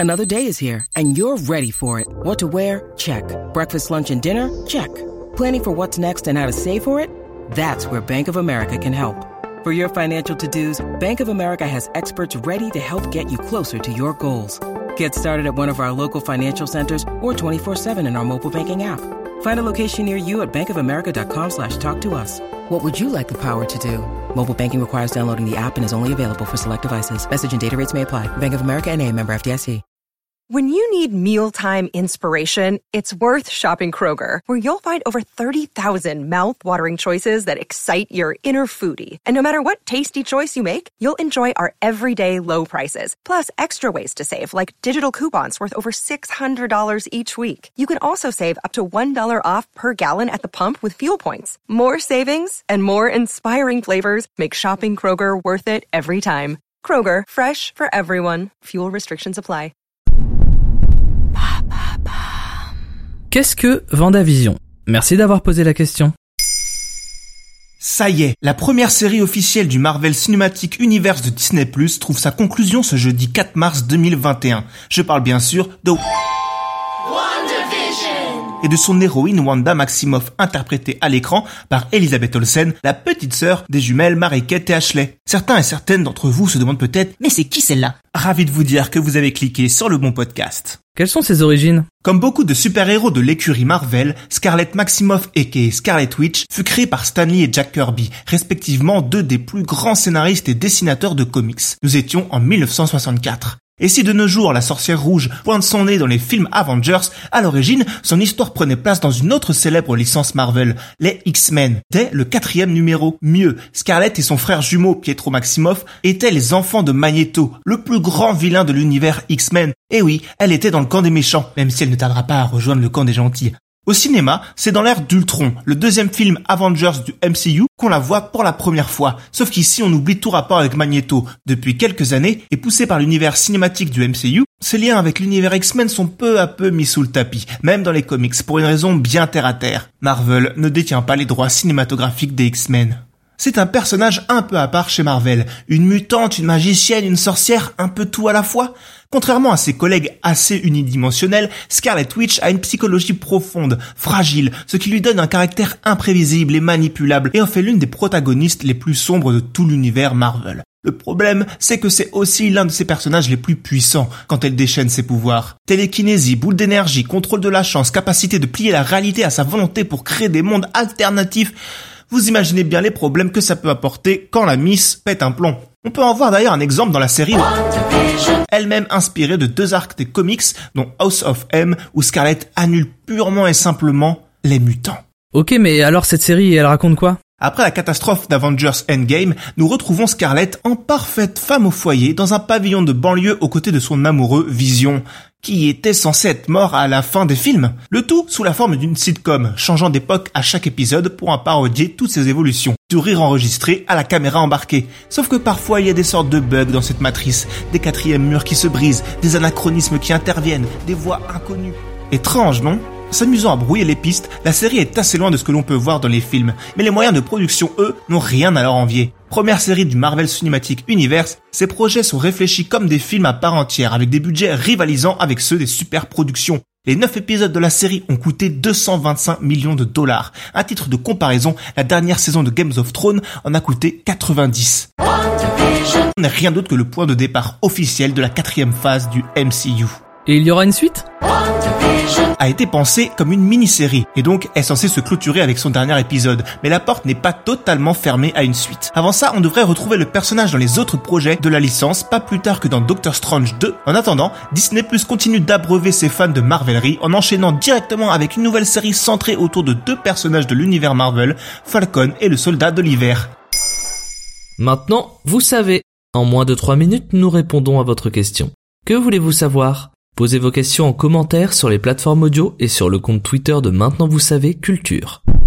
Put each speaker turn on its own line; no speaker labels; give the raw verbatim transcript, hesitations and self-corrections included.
Another day is here, and you're ready for it. What to wear? Check. Breakfast, lunch, and dinner? Check. Planning for what's next and how to save for it? That's where Bank of America can help. For your financial to-dos, Bank of America has experts ready to help get you closer to your goals. Get started at one of our local financial centers or twenty-four seven in our mobile banking app. Find a location near you at bankofamerica.com slash talk to us. What would you like the power to do? Mobile banking requires downloading the app and is only available for select devices. Message and data rates may apply. Bank of America N A, member F D I C.
When you need mealtime inspiration, it's worth shopping Kroger, where you'll find over thirty thousand mouth-watering choices that excite your inner foodie. And no matter what tasty choice you make, you'll enjoy our everyday low prices, plus extra ways to save, like digital coupons worth over six hundred dollars each week. You can also save up to one dollar off per gallon at the pump with fuel points. More savings and more inspiring flavors make shopping Kroger worth it every time. Kroger, fresh for everyone. Fuel restrictions apply.
Qu'est-ce que Vendavision ? Merci d'avoir posé la question.
Ça y est, la première série officielle du Marvel Cinematic Universe de Disney plus, trouve sa conclusion ce jeudi quatre mars deux mille vingt et un. Je parle bien sûr de et de son héroïne Wanda Maximoff, interprétée à l'écran par Elisabeth Olsen, la petite sœur des jumelles Marie-Kate et Ashley. Certains et certaines d'entre vous se demandent peut-être « Mais c'est qui celle-là ?» Ravi de vous dire que vous avez cliqué sur le bon podcast.
Quelles sont ses origines ?
Comme beaucoup de super-héros de l'écurie Marvel, Scarlet Maximoff aka Scarlet Witch fut créée par Stan Lee et Jack Kirby, respectivement deux des plus grands scénaristes et dessinateurs de comics. Nous étions en dix-neuf cent soixante-quatre. Et si de nos jours la sorcière rouge pointe son nez dans les films Avengers, à l'origine, son histoire prenait place dans une autre célèbre licence Marvel, les X-Men. Dès le quatrième numéro, mieux, Scarlet et son frère jumeau Pietro Maximoff étaient les enfants de Magneto, le plus grand vilain de l'univers X-Men. Et oui, elle était dans le camp des méchants, même si elle ne tardera pas à rejoindre le camp des gentils. Au cinéma, c'est dans l'ère d'Ultron, le deuxième film Avengers du M C U, qu'on la voit pour la première fois. Sauf qu'ici, on oublie tout rapport avec Magneto. Depuis quelques années, et poussé par l'univers cinématique du M C U, ses liens avec l'univers X-Men sont peu à peu mis sous le tapis, même dans les comics, pour une raison bien terre-à-terre. Marvel ne détient pas les droits cinématographiques des X-Men. C'est un personnage un peu à part chez Marvel. Une mutante, une magicienne, une sorcière, un peu tout à la fois. Contrairement à ses collègues assez unidimensionnels, Scarlet Witch a une psychologie profonde, fragile, ce qui lui donne un caractère imprévisible et manipulable et en fait l'une des protagonistes les plus sombres de tout l'univers Marvel. Le problème, c'est que c'est aussi l'un de ses personnages les plus puissants quand elle déchaîne ses pouvoirs. Télékinésie, boule d'énergie, contrôle de la chance, capacité de plier la réalité à sa volonté pour créer des mondes alternatifs. Vous imaginez bien les problèmes que ça peut apporter quand la Miss pète un plomb. On peut en voir d'ailleurs un exemple dans la série elle-même inspirée de deux arcs des comics, dont House of M, où Scarlet annule purement et simplement les mutants.
Ok, mais alors cette série, elle raconte quoi ?
Après la catastrophe d'Avengers Endgame, nous retrouvons Scarlet en parfaite femme au foyer dans un pavillon de banlieue aux côtés de son amoureux Vision, qui était censé être mort à la fin des films. Le tout sous la forme d'une sitcom, changeant d'époque à chaque épisode pour en parodier toutes ses évolutions. Du rire enregistré à la caméra embarquée. Sauf que parfois il y a des sortes de bugs dans cette matrice, des quatrièmes murs qui se brisent, des anachronismes qui interviennent, des voix inconnues. Étrange, non ? S'amusant à brouiller les pistes, la série est assez loin de ce que l'on peut voir dans les films, mais les moyens de production, eux, n'ont rien à leur envier. Première série du Marvel Cinematic Universe, ces projets sont réfléchis comme des films à part entière, avec des budgets rivalisant avec ceux des super productions. Les neuf épisodes de la série ont coûté deux cent vingt-cinq millions de dollars. À titre de comparaison, la dernière saison de Game of Thrones en a coûté quatre-vingt-dix. On n'est rien d'autre que le point de départ officiel de la quatrième phase du M C U.
Et il y aura une suite ?
A été pensé comme une mini-série et donc est censé se clôturer avec son dernier épisode, mais la porte n'est pas totalement fermée à une suite. Avant ça, on devrait retrouver le personnage dans les autres projets de la licence, pas plus tard que dans Doctor Strange deux. En attendant, Disney plus continue d'abreuver ses fans de Marvelerie en enchaînant directement avec une nouvelle série centrée autour de deux personnages de l'univers Marvel, Falcon et le Soldat de l'Hiver.
Maintenant, vous savez. En moins de trois minutes, nous répondons à votre question. Que voulez-vous savoir ? Posez vos questions en commentaire sur les plateformes audio et sur le compte Twitter de Maintenant Vous Savez Culture.